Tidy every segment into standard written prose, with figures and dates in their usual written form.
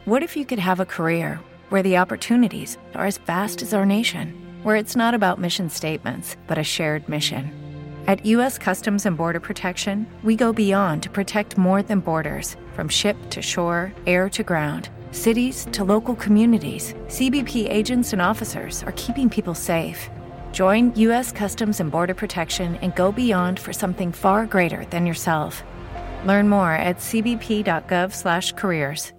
What if you could have a career where the opportunities are as vast as our nation, where it's not about mission statements, but a shared mission? At U.S. Customs and Border Protection, we go beyond to protect more than borders. From ship to shore, air to ground, cities to local communities, CBP agents and officers are keeping people safe. Join U.S. Customs and Border Protection and go beyond for something far greater than yourself. Learn more at cbp.gov/careers.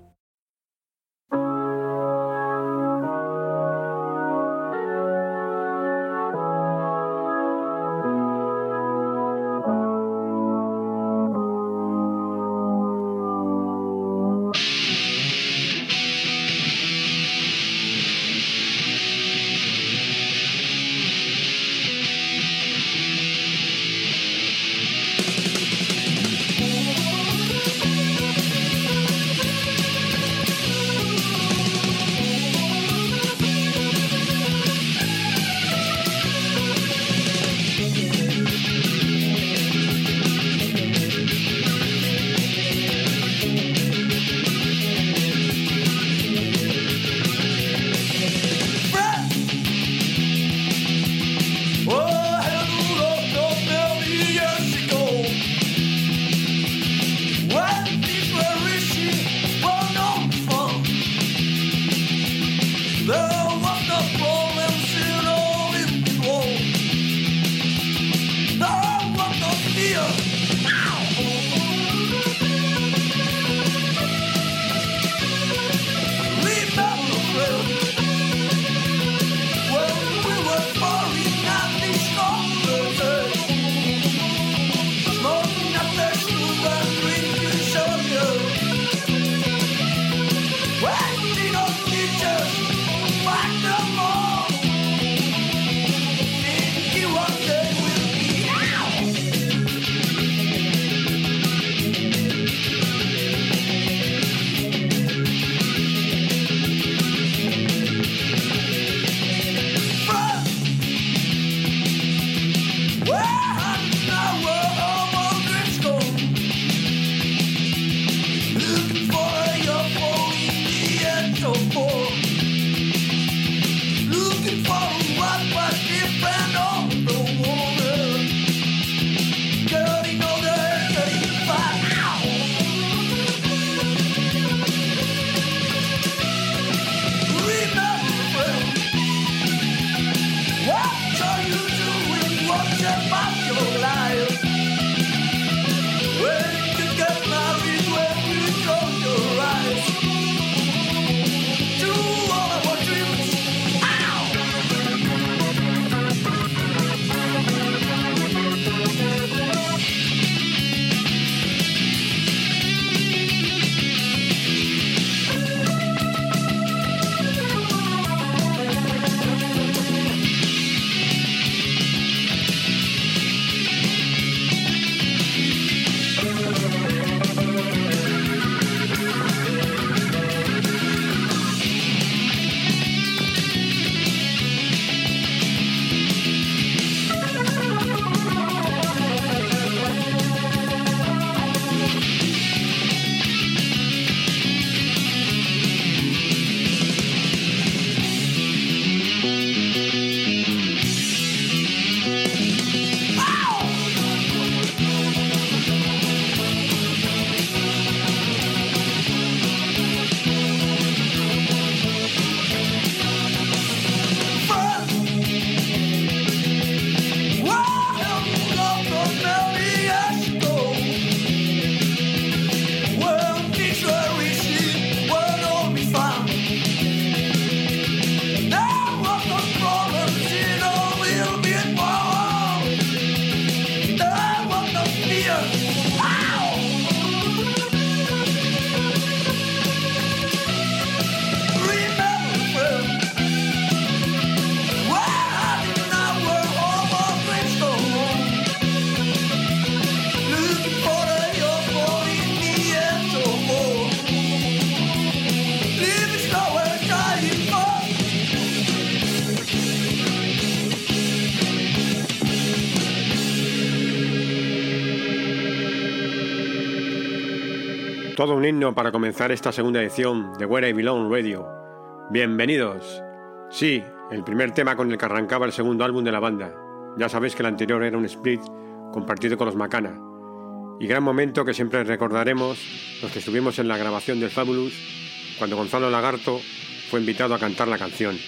Todo un himno para comenzar esta segunda edición de Where I Belong Radio. Bienvenidos. Sí, el primer tema con el que arrancaba el segundo álbum de la banda. Ya sabéis que el anterior era un split compartido con los Macana. Y gran momento que siempre recordaremos los que estuvimos en la grabación del Fabulous, cuando Gonzalo Lagarto fue invitado a cantar la canción.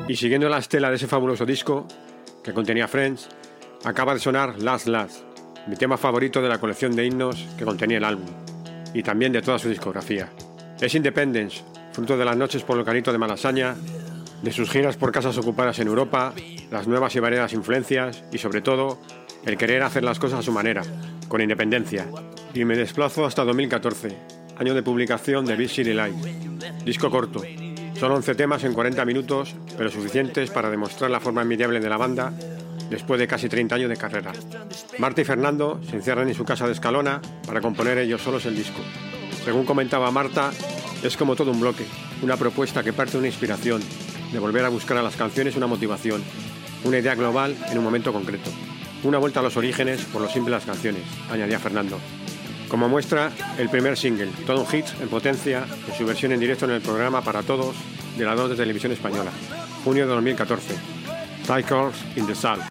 Y siguiendo la estela de ese fabuloso disco que contenía Friends, acaba de sonar Last Last, mi tema favorito de la colección de himnos que contenía el álbum, y también de toda su discografía. Es Independence, fruto de las noches por el Canito de Malasaña, de sus giras por casas ocupadas en Europa, las nuevas y variadas influencias y sobre todo el querer hacer las cosas a su manera, con independencia. Y me desplazo hasta 2014, año de publicación de Big City Lights, disco corto, son 11 temas en 40 minutos, pero suficientes para demostrar la forma envidiable de la banda después de casi 30 años de carrera. Marta y Fernando se encierran en su casa de Escalona para componer ellos solos el disco. Según comentaba Marta, es como todo un bloque, una propuesta que parte de una inspiración, de volver a buscar a las canciones una motivación, una idea global en un momento concreto. Una vuelta a los orígenes por lo simple de las canciones, añadía Fernando. Como muestra, el primer single, todo un hit en potencia, en su versión en directo en el programa Para Todos de la 2 de Televisión Española, junio de 2014, Tigers in the Sun.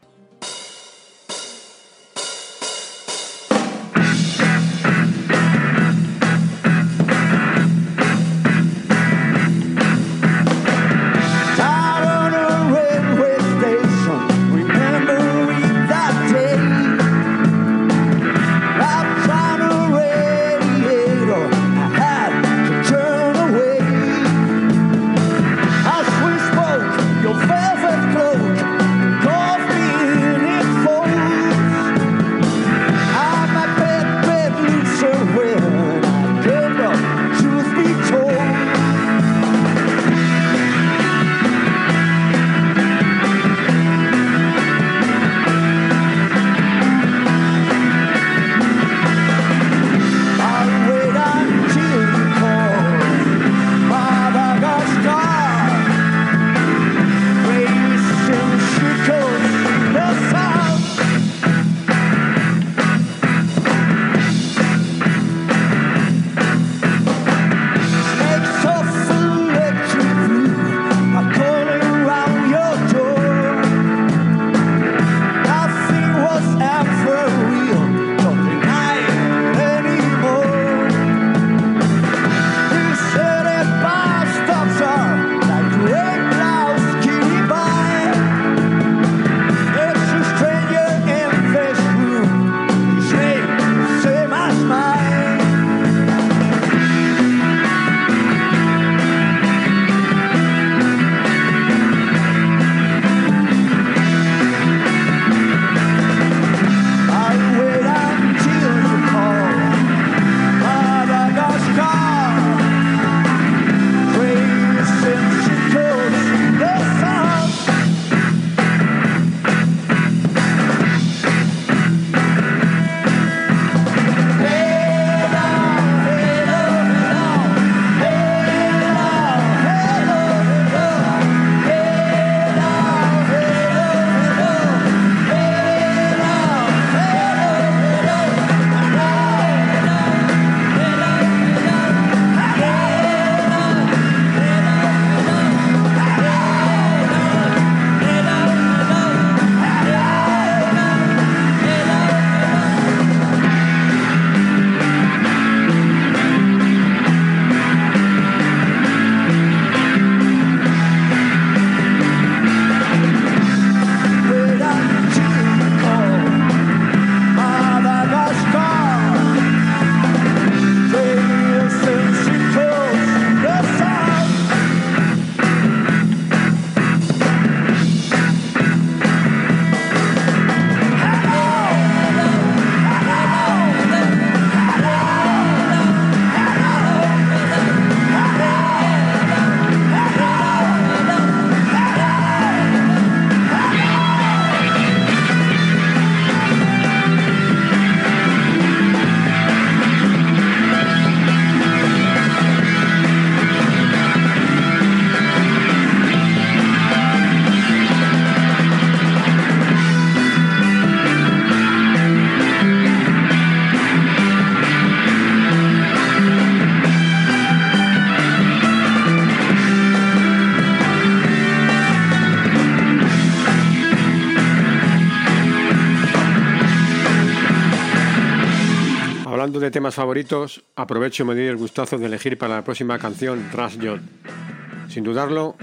Hablando de temas favoritos, aprovecho y me doy el gustazo de elegir para la próxima canción Rush Jod. Sin dudarlo,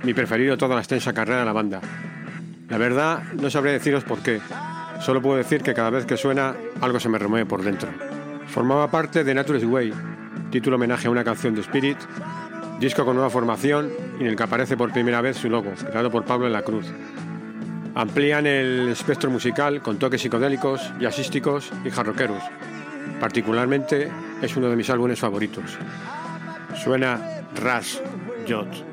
mi preferido toda la extensa carrera de la banda. La verdad, no sabría deciros por qué. Solo puedo decir que cada vez que suena, algo se me remueve por dentro. Formaba parte de Nature's Way, título homenaje a una canción de Spirit, disco con nueva formación y en el que aparece por primera vez su logo, creado por Pablo en la Cruz. Amplían el espectro musical con toques psicodélicos, jazzísticos y jarroqueros. Particularmente es uno de mis álbumes favoritos. Suena Rush Yacht.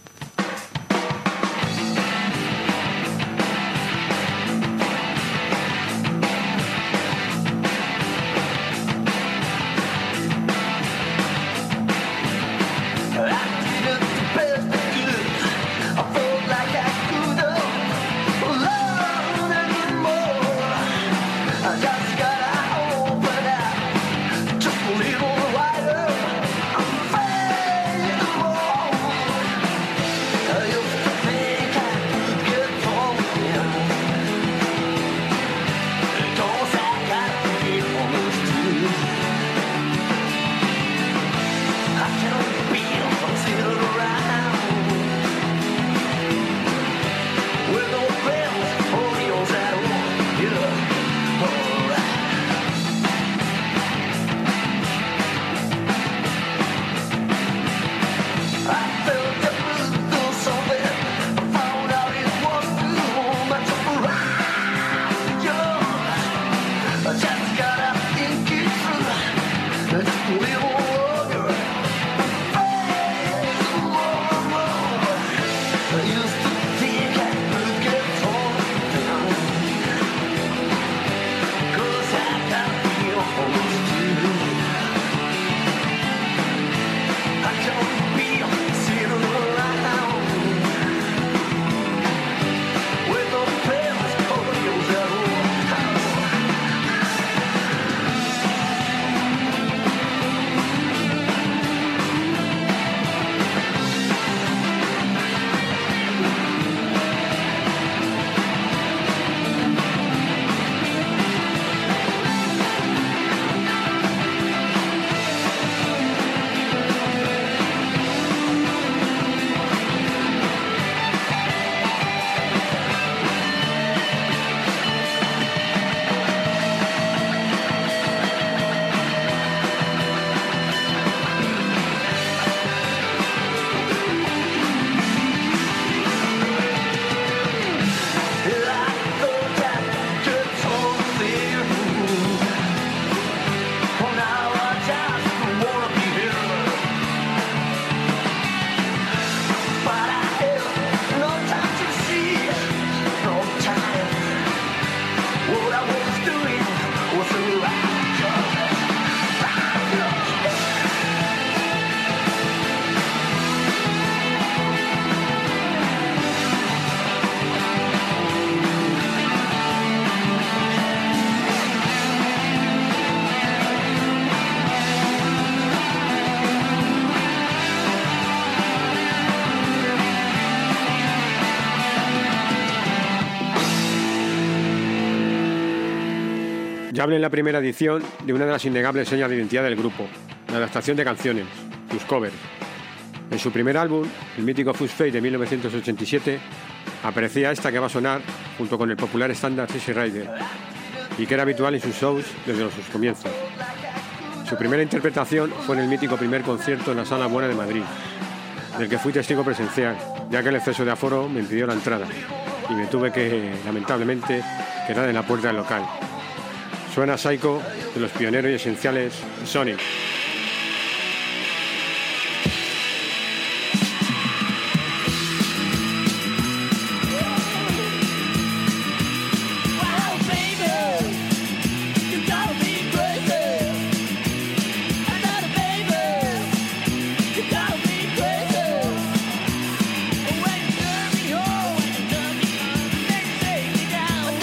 Ya hablé en la primera edición de una de las innegables señas de identidad del grupo, la adaptación de canciones, sus covers. En su primer álbum, el mítico Fuzz Face de 1987, aparecía esta que va a sonar junto con el popular estándar Easy Rider, y que era habitual en sus shows desde sus comienzos. Su primera interpretación fue en el mítico primer concierto en la Sala Buena de Madrid, del que fui testigo presencial, ya que el exceso de aforo me impidió la entrada, y me tuve que, lamentablemente, quedar en la puerta del local. Suena Psycho de los pioneros y esenciales Sonic.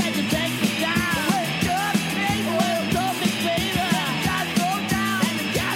Down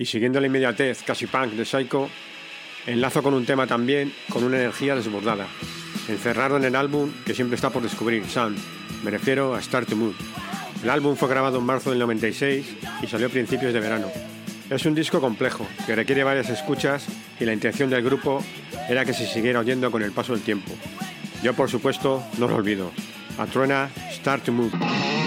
siguiendo la inmediatez casi punk de Psycho, enlazo con un tema también con una energía desbordada, encerrado en el álbum que siempre está por descubrir, Sun. Me refiero a Start to Move. El álbum fue grabado en marzo del 96 y salió a principios de verano. Es un disco complejo, que requiere varias escuchas y la intención del grupo era que se siguiera oyendo con el paso del tiempo. Yo, por supuesto, no lo olvido. Atruena, Start to Move.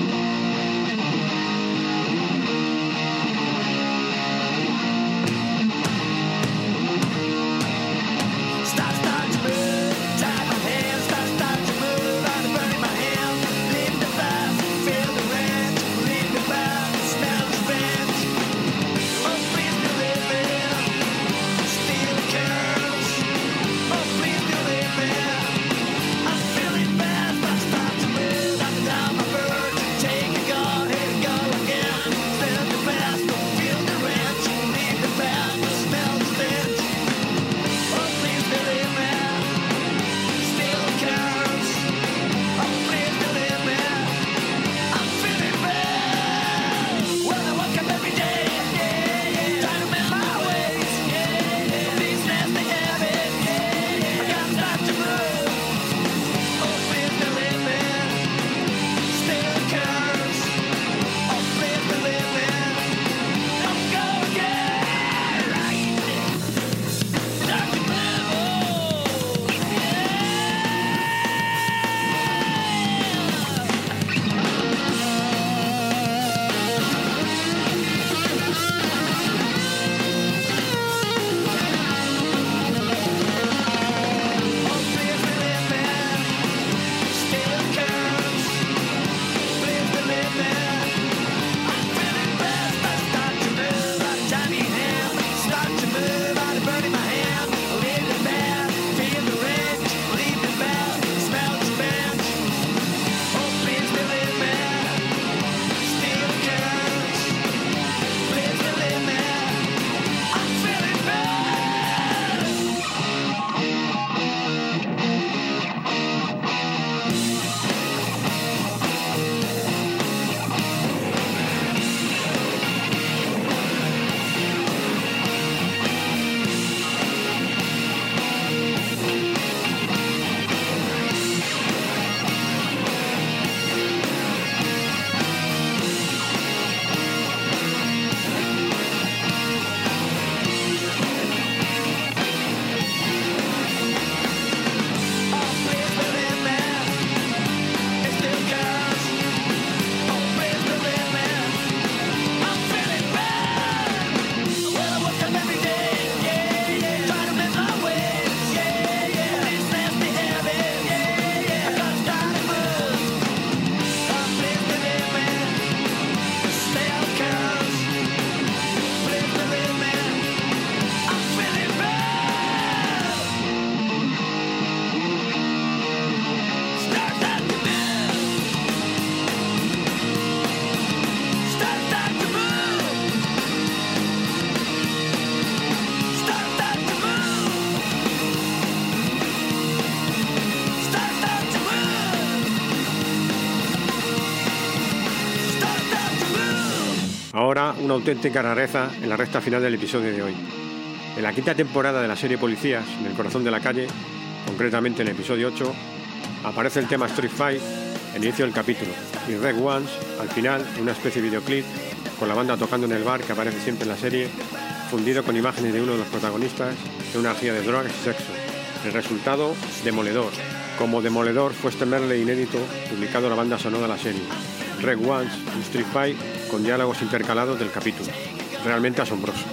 Ahora una auténtica rareza en la recta final del episodio de hoy. En la quinta temporada de la serie Policías, en el corazón de la calle, concretamente en el episodio 8, aparece el tema Street Fight en inicio del capítulo y Red Ones al final, en una especie de videoclip con la banda tocando en el bar que aparece siempre en la serie, fundido con imágenes de uno de los protagonistas en una orgía de drogas y sexo. El resultado, demoledor. Como demoledor fue este medley inédito publicado en la banda sonora de la serie Red Ones y Street Fight con diálogos intercalados del capítulo. Realmente asombroso.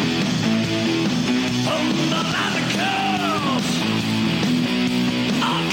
I'll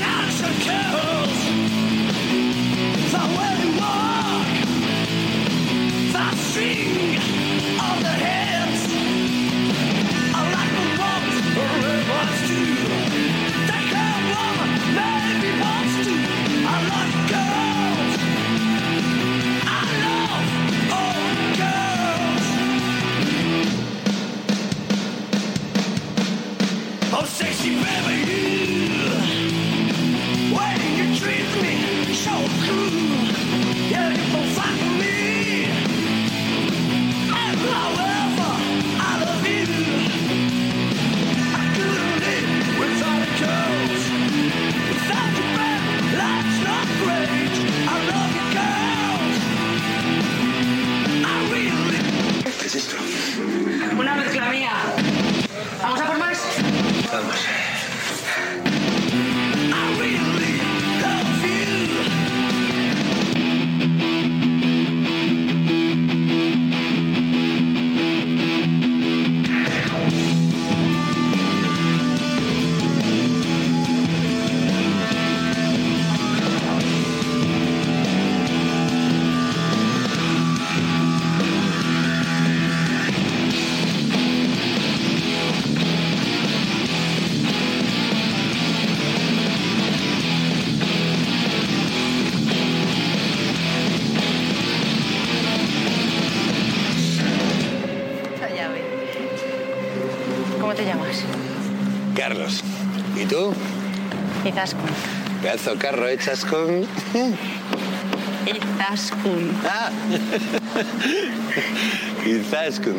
Carlos. ¿Y tú? Izaskun. Pedazo carro hechas con... Izaskun. Ah. Izaskun.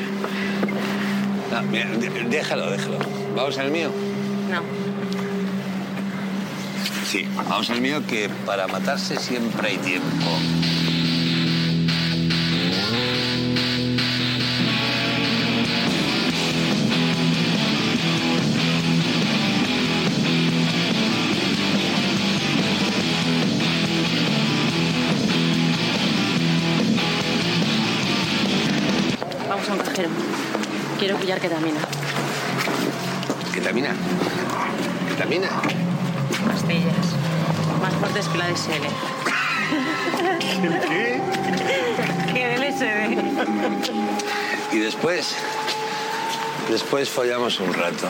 No, mira, déjalo. ¿Vamos al mío? No. Sí, vamos al mío, que para matarse siempre hay tiempo. Vamos a un cajero. Quiero pillar ketamina. ¿Ketamina? ¿Ketamina? Pastillas. Más fuertes que la DSL. ¿Qué? Que el LSD. Y después follamos un rato.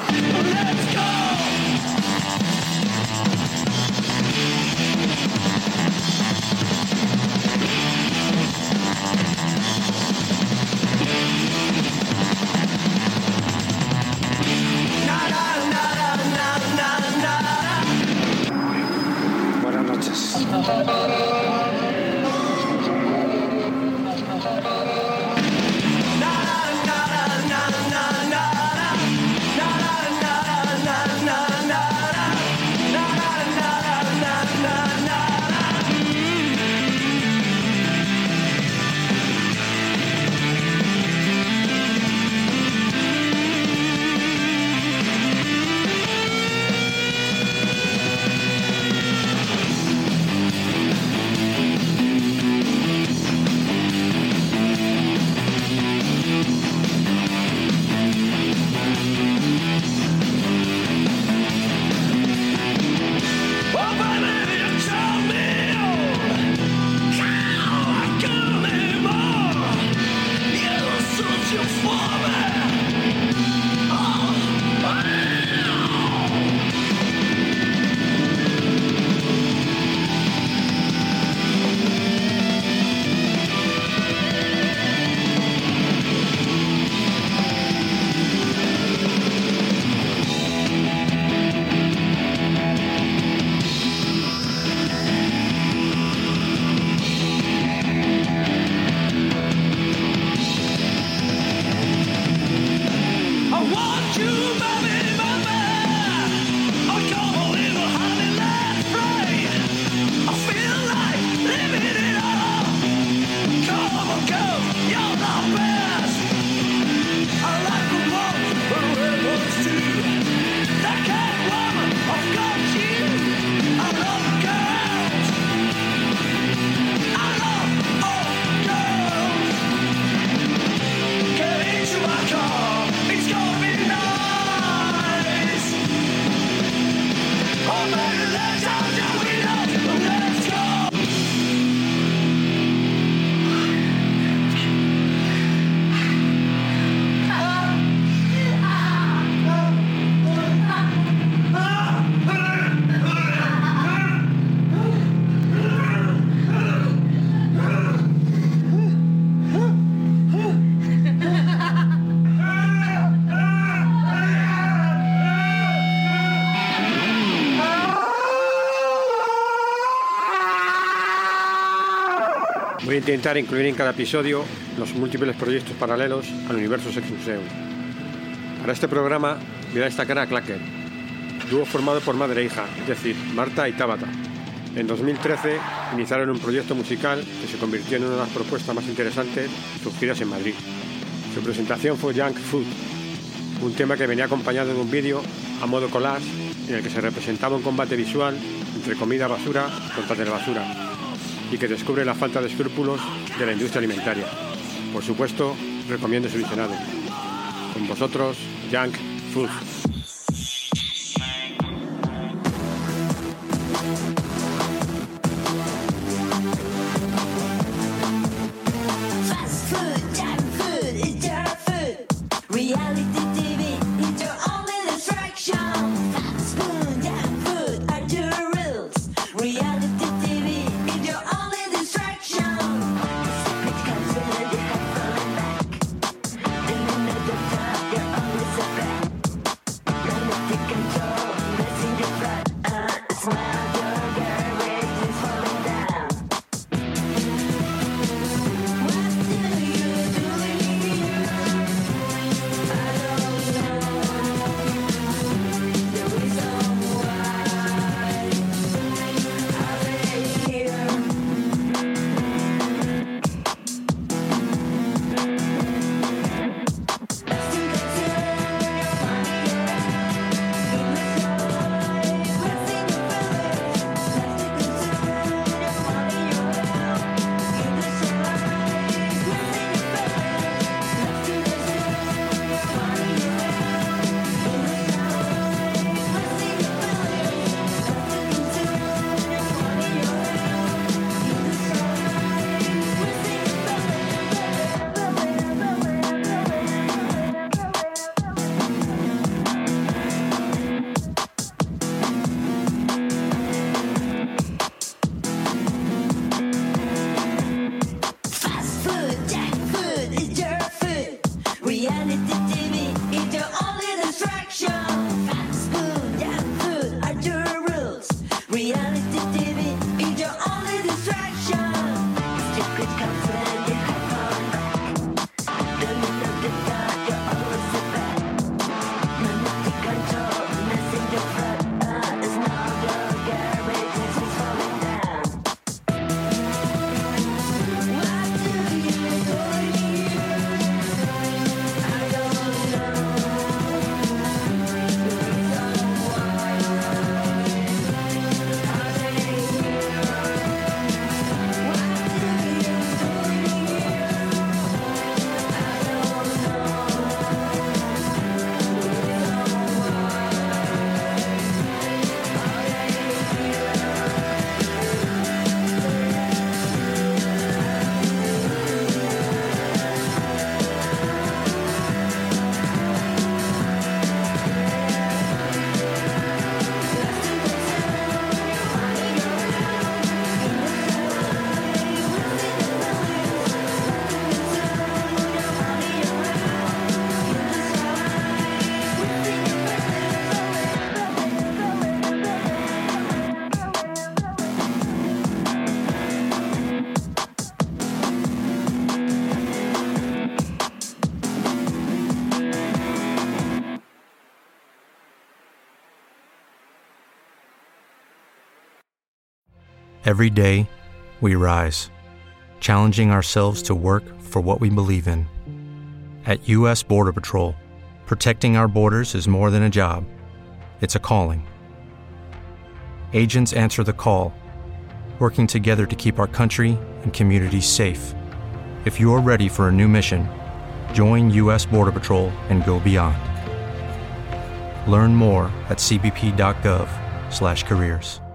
Buenas noches. Voy a intentar incluir en cada episodio los múltiples proyectos paralelos al universo Sex Museum. Para este programa voy a destacar a Clacker, dúo formado por madre e hija, es decir, Marta y Tabata. En 2013 iniciaron un proyecto musical que se convirtió en una de las propuestas más interesantes surgidas en Madrid. Su presentación fue Junk Food, un tema que venía acompañado de un vídeo a modo collage en el que se representaba un combate visual entre comida basura contra telebasura y que descubre la falta de escrúpulos de la industria alimentaria. Por supuesto, recomiendo su visionado. Con vosotros, Junk Food. Every day, we rise, challenging ourselves to work for what we believe in. At U.S. Border Patrol, protecting our borders is more than a job. It's a calling. Agents answer the call, working together to keep our country and communities safe. If you're ready for a new mission, join U.S. Border Patrol and go beyond. Learn more at cbp.gov/careers.